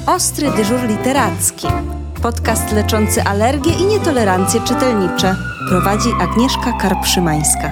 Ostry dyżur literacki. Podcast leczący alergie i nietolerancje czytelnicze. Prowadzi Agnieszka Karp-Szymańska.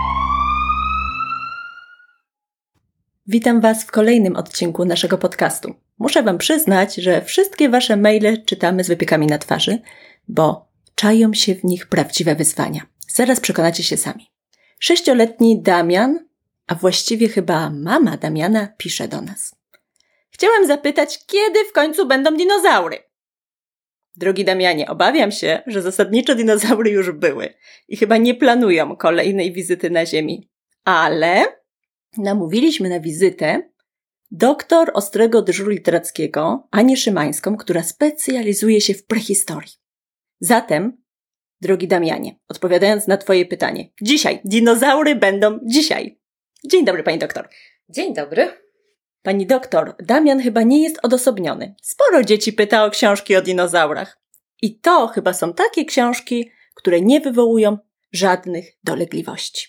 Witam Was w kolejnym odcinku naszego podcastu. Muszę Wam przyznać, że wszystkie Wasze maile czytamy z wypiekami na twarzy, bo czają się w nich prawdziwe wyzwania. Zaraz przekonacie się sami. 6-letni Damian, a właściwie chyba mama Damiana, pisze do nas. Chciałem zapytać, kiedy w końcu będą dinozaury? Drogi Damianie, obawiam się, że zasadniczo dinozaury już były i chyba nie planują kolejnej wizyty na Ziemi. Ale namówiliśmy na wizytę doktor Ostrego Dyżuru Literackiego, Anię Szymańską, która specjalizuje się w prehistorii. Zatem, drogi Damianie, odpowiadając na Twoje pytanie, dzisiaj, dinozaury będą dzisiaj. Dzień dobry, pani doktor. Dzień dobry. Pani doktor, Damian chyba nie jest odosobniony. Sporo dzieci pyta o książki o dinozaurach. I to chyba są takie książki, które nie wywołują żadnych dolegliwości.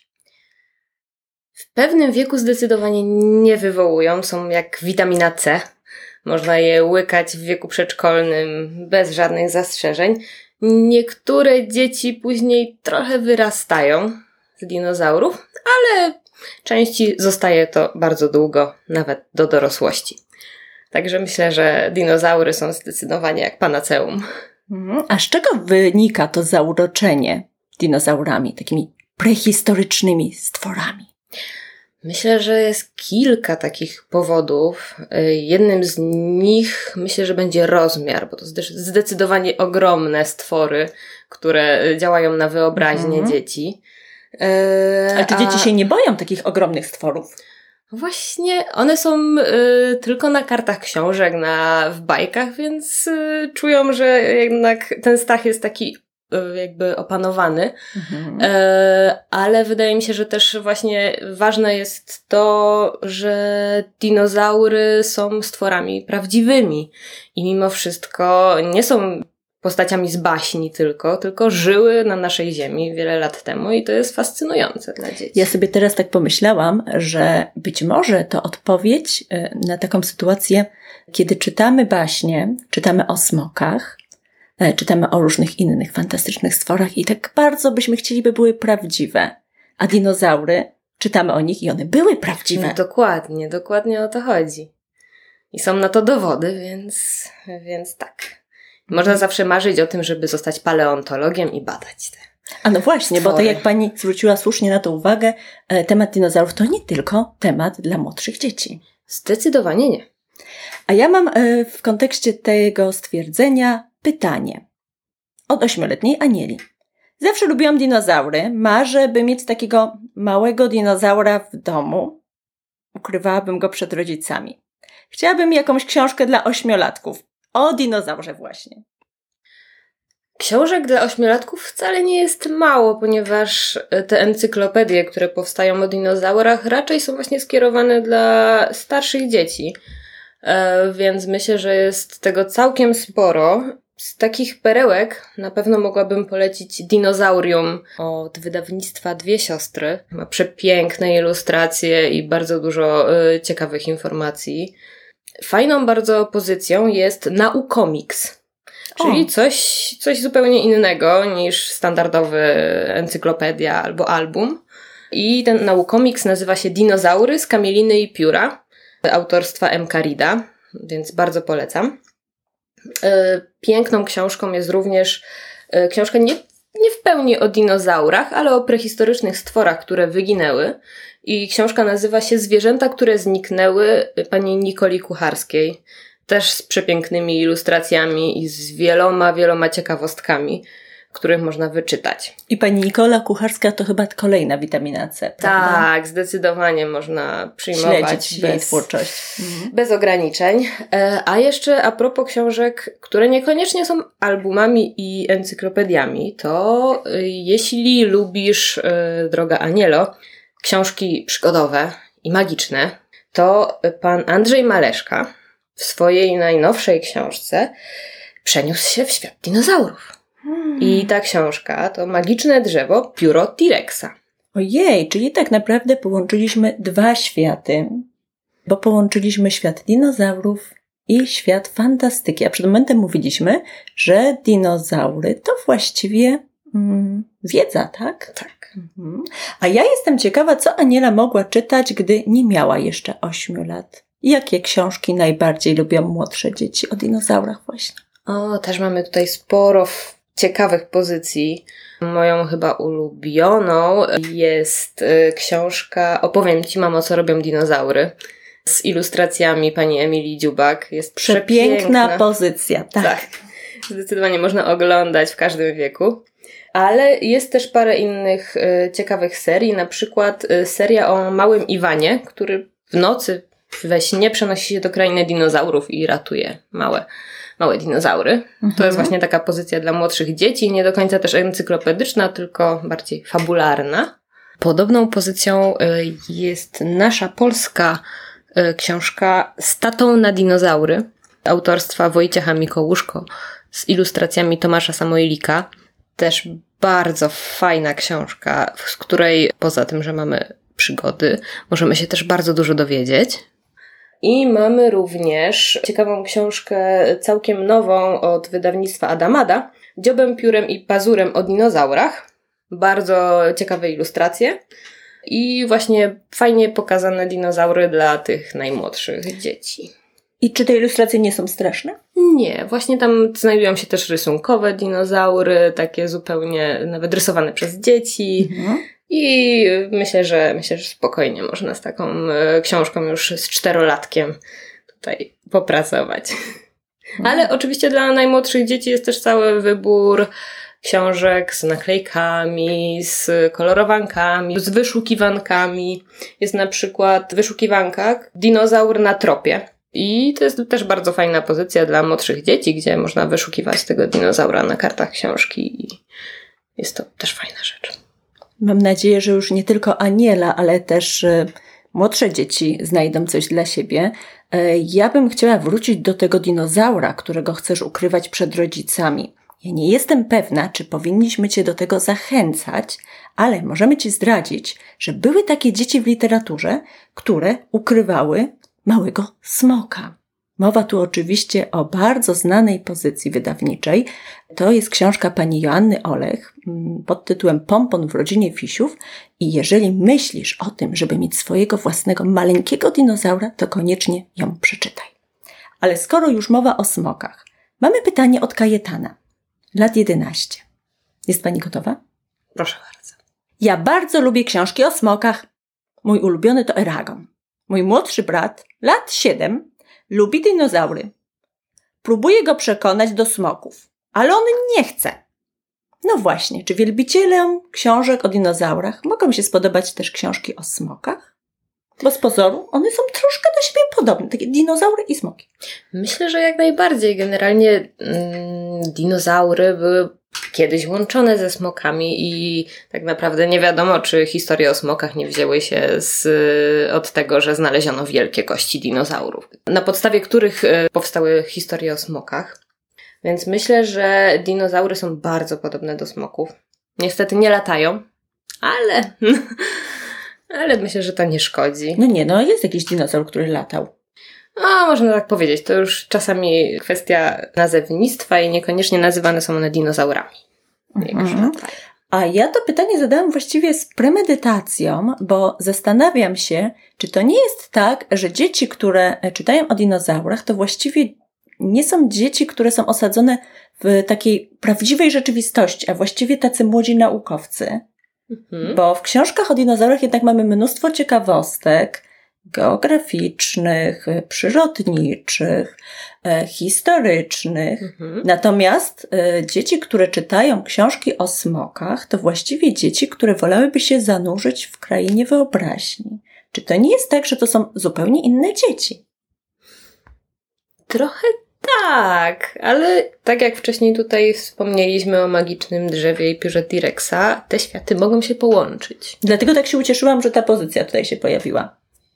W pewnym wieku zdecydowanie nie wywołują. Są jak witamina C. Można je łykać w wieku przedszkolnym bez żadnych zastrzeżeń. Niektóre dzieci później trochę wyrastają z dinozaurów, ale części zostaje to bardzo długo, nawet do dorosłości. Także myślę, że dinozaury są zdecydowanie jak panaceum. A z czego wynika to zauroczenie dinozaurami, takimi prehistorycznymi stworami? Myślę, że jest kilka takich powodów. Jednym z nich myślę, że będzie rozmiar, bo to zdecydowanie ogromne stwory, które działają na wyobraźnię dzieci. A czy dzieci się nie boją takich ogromnych stworów? Właśnie, one są tylko na kartach książek, w bajkach, więc czują, że jednak ten strach jest taki jakby opanowany. Ale wydaje mi się, że też właśnie ważne jest to, że dinozaury są stworami prawdziwymi i mimo wszystko nie są postaciami z baśni tylko żyły na naszej ziemi wiele lat temu i to jest fascynujące dla dzieci. Ja sobie teraz tak pomyślałam, że być może to odpowiedź na taką sytuację, kiedy czytamy baśnie, czytamy o smokach, czytamy o różnych innych fantastycznych stworach i tak bardzo byśmy chcieli, by były prawdziwe. A dinozaury, czytamy o nich i one były prawdziwe. No dokładnie o to chodzi. I są na to dowody, więc tak. Można zawsze marzyć o tym, żeby zostać paleontologiem i badać te A no właśnie, stwory. Bo to jak pani zwróciła słusznie na to uwagę, temat dinozaurów to nie tylko temat dla młodszych dzieci. Zdecydowanie nie. A ja mam w kontekście tego stwierdzenia pytanie od 8-letniej Anieli. Zawsze lubiłam dinozaury. Marzę, by mieć takiego małego dinozaura w domu. Ukrywałabym go przed rodzicami. Chciałabym jakąś książkę dla 8-latków. O dinozaurze właśnie. Książek dla 8-latków wcale nie jest mało, ponieważ te encyklopedie, które powstają o dinozaurach, raczej są właśnie skierowane dla starszych dzieci. Więc myślę, że jest tego całkiem sporo. Z takich perełek na pewno mogłabym polecić Dinozaurium od wydawnictwa Dwie Siostry. Ma przepiękne ilustracje i bardzo dużo ciekawych informacji. Fajną bardzo pozycją jest Naukomiks, czyli coś zupełnie innego niż standardowy encyklopedia albo album. I ten Naukomiks nazywa się Dinozaury z kamieliny i pióra autorstwa M. Carida, więc bardzo polecam. Piękną książką jest również książka nie w pełni o dinozaurach, ale o prehistorycznych stworach, które wyginęły. I książka nazywa się Zwierzęta, które zniknęły pani Nikoli Kucharskiej. Też z przepięknymi ilustracjami i z wieloma ciekawostkami, których można wyczytać. I pani Nikola Kucharska to chyba kolejna witamina C, prawda? Tak, zdecydowanie można przyjmować jej twórczość. Bez ograniczeń. A jeszcze a propos książek, które niekoniecznie są albumami i encyklopediami, to jeśli lubisz, droga Anielo, książki przygodowe i magiczne, to pan Andrzej Maleszka w swojej najnowszej książce przeniósł się w świat dinozaurów. I ta książka to Magiczne drzewo, pióro T-Rexa. Ojej, czyli tak naprawdę połączyliśmy dwa światy, bo połączyliśmy świat dinozaurów i świat fantastyki. A przed momentem mówiliśmy, że dinozaury to właściwie wiedza, tak? Tak. A ja jestem ciekawa, co Aniela mogła czytać, gdy nie miała jeszcze 8 lat. Jakie książki najbardziej lubią młodsze dzieci o dinozaurach właśnie? Też mamy tutaj sporo ciekawych pozycji. Moją chyba ulubioną jest książka Opowiem Ci, mamo, co robią dinozaury. Z ilustracjami pani Emilii Dziubak. Jest przepiękna pozycja. Tak. Zdecydowanie można oglądać w każdym wieku. Ale jest też parę innych ciekawych serii. Na przykład seria o małym Iwanie, który w nocy we śnie przenosi się do krainy dinozaurów i ratuje małe dinozaury. To jest właśnie taka pozycja dla młodszych dzieci, nie do końca też encyklopedyczna, tylko bardziej fabularna. Podobną pozycją jest nasza polska książka Z tatą na dinozaury, autorstwa Wojciecha Mikołuszko z ilustracjami Tomasza Samoilika. Też bardzo fajna książka, z której poza tym, że mamy przygody, możemy się też bardzo dużo dowiedzieć. I mamy również ciekawą książkę całkiem nową od wydawnictwa Adamada, Dziobem, piórem i pazurem o dinozaurach. Bardzo ciekawe ilustracje i właśnie fajnie pokazane dinozaury dla tych najmłodszych dzieci. I czy te ilustracje nie są straszne? Nie, właśnie tam znajdują się też rysunkowe dinozaury, takie zupełnie nawet rysowane przez dzieci. I myślę, że spokojnie można z taką książką już z 4-latkiem tutaj popracować. Ale oczywiście dla najmłodszych dzieci jest też cały wybór książek z naklejkami, z kolorowankami, z wyszukiwankami. Jest na przykład wyszukiwanka Dinozaur na tropie. I to jest też bardzo fajna pozycja dla młodszych dzieci, gdzie można wyszukiwać tego dinozaura na kartach książki i jest to też fajna rzecz. Mam nadzieję, że już nie tylko Aniela, ale też młodsze dzieci znajdą coś dla siebie. Ja bym chciała wrócić do tego dinozaura, którego chcesz ukrywać przed rodzicami. Ja nie jestem pewna, czy powinniśmy Cię do tego zachęcać, ale możemy Ci zdradzić, że były takie dzieci w literaturze, które ukrywały małego smoka. Mowa tu oczywiście o bardzo znanej pozycji wydawniczej. To jest książka pani Joanny Olech pod tytułem Pompon w rodzinie Fisiów i jeżeli myślisz o tym, żeby mieć swojego własnego maleńkiego dinozaura, to koniecznie ją przeczytaj. Ale skoro już mowa o smokach, mamy pytanie od Kajetana, lat 11. Jest pani gotowa? Proszę bardzo. Ja bardzo lubię książki o smokach. Mój ulubiony to Eragon. Mój młodszy brat, lat 7, lubi dinozaury. Próbuję go przekonać do smoków, ale on nie chce. No właśnie, czy wielbicielom książek o dinozaurach mogą się spodobać też książki o smokach? Bo z pozoru one są troszkę do siebie podobne, takie dinozaury i smoki. Myślę, że jak najbardziej. Generalnie dinozaury były kiedyś łączone ze smokami i tak naprawdę nie wiadomo, czy historie o smokach nie wzięły się od tego, że znaleziono wielkie kości dinozaurów, na podstawie których powstały historie o smokach. Więc myślę, że dinozaury są bardzo podobne do smoków. Niestety nie latają, ale myślę, że to nie szkodzi. No jest jakiś dinozaur, który latał. Można tak powiedzieć. To już czasami kwestia nazewnictwa i niekoniecznie nazywane są one dinozaurami. A ja to pytanie zadałam właściwie z premedytacją, bo zastanawiam się, czy to nie jest tak, że dzieci, które czytają o dinozaurach, to właściwie nie są dzieci, które są osadzone w takiej prawdziwej rzeczywistości, a właściwie tacy młodzi naukowcy. Bo w książkach o dinozaurach jednak mamy mnóstwo ciekawostek geograficznych, przyrodniczych, historycznych. Natomiast dzieci, które czytają książki o smokach, to właściwie dzieci, które wolałyby się zanurzyć w krainie wyobraźni. Czy to nie jest tak, że to są zupełnie inne dzieci? Trochę tak, ale tak jak wcześniej tutaj wspomnieliśmy o magicznym drzewie i piórze T-Rexa, te światy mogą się połączyć. Dlatego tak się ucieszyłam, że ta pozycja tutaj się pojawiła.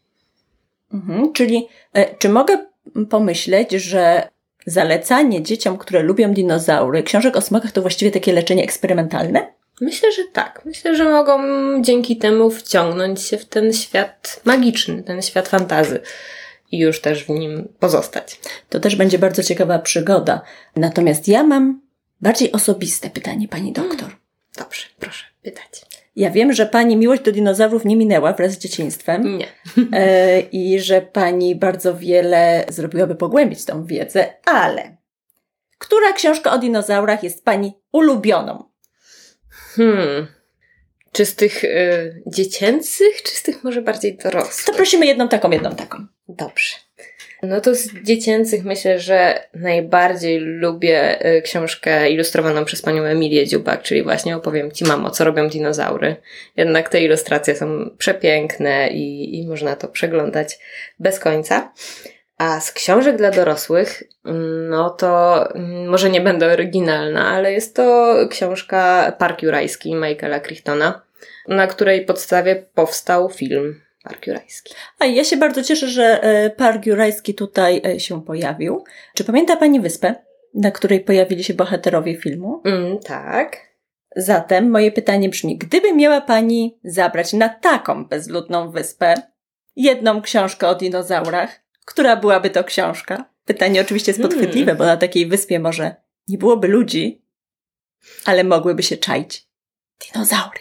Czyli czy mogę pomyśleć, że zalecanie dzieciom, które lubią dinozaury, książek o smokach to właściwie takie leczenie eksperymentalne? Myślę, że tak. Myślę, że mogą dzięki temu wciągnąć się w ten świat magiczny, ten świat fantasy. i już też w nim pozostać. To też będzie bardzo ciekawa przygoda. Natomiast ja mam bardziej osobiste pytanie, pani doktor. Dobrze, proszę pytać. Ja wiem, że pani miłość do dinozaurów nie minęła wraz z dzieciństwem. Nie. I że pani bardzo wiele zrobiła, by pogłębić tą wiedzę, ale która książka o dinozaurach jest pani ulubioną? Czy z tych dziecięcych, czy z tych może bardziej dorosłych? To prosimy jedną taką. Dobrze. No to z dziecięcych myślę, że najbardziej lubię książkę ilustrowaną przez panią Emilię Dziubak, czyli właśnie Opowiem ci, mamo, co robią dinozaury. Jednak te ilustracje są przepiękne i można to przeglądać bez końca. A z książek dla dorosłych, no to może nie będę oryginalna, ale jest to książka Park Jurajski Michaela Crichtona, na której podstawie powstał film Park Jurajski. A ja się bardzo cieszę, że Park Jurajski tutaj się pojawił. Czy pamięta pani wyspę, na której pojawili się bohaterowie filmu? Tak. Zatem moje pytanie brzmi, gdyby miała pani zabrać na taką bezludną wyspę jedną książkę o dinozaurach, która byłaby to książka? Pytanie oczywiście jest podchwytliwe, bo na takiej wyspie może nie byłoby ludzi, ale mogłyby się czaić dinozaury.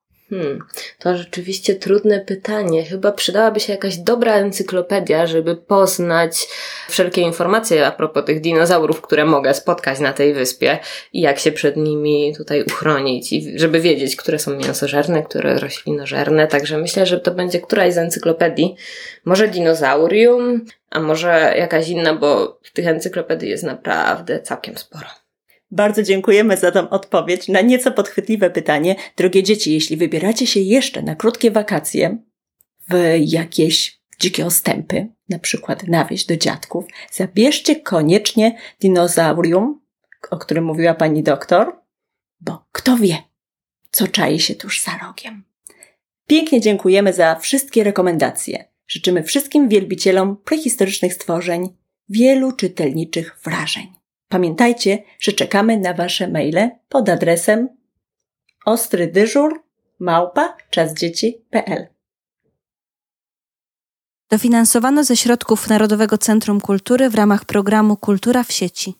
To rzeczywiście trudne pytanie. Chyba przydałaby się jakaś dobra encyklopedia, żeby poznać wszelkie informacje a propos tych dinozaurów, które mogę spotkać na tej wyspie i jak się przed nimi tutaj uchronić i żeby wiedzieć, które są mięsożerne, które roślinożerne. Także myślę, że to będzie któraś z encyklopedii. Może dinozaurium, a może jakaś inna, bo tych encyklopedii jest naprawdę całkiem sporo. Bardzo dziękujemy za tą odpowiedź na nieco podchwytliwe pytanie. Drogie dzieci, jeśli wybieracie się jeszcze na krótkie wakacje w jakieś dzikie ostępy, na przykład na wieś do dziadków, zabierzcie koniecznie dinozaurium, o którym mówiła pani doktor, bo kto wie, co czai się tuż za rogiem. Pięknie dziękujemy za wszystkie rekomendacje. Życzymy wszystkim wielbicielom prehistorycznych stworzeń wielu czytelniczych wrażeń. Pamiętajcie, że czekamy na wasze maile pod adresem ostrydyżur@czasdzieci.pl. Dofinansowano ze środków Narodowego Centrum Kultury w ramach programu Kultura w sieci.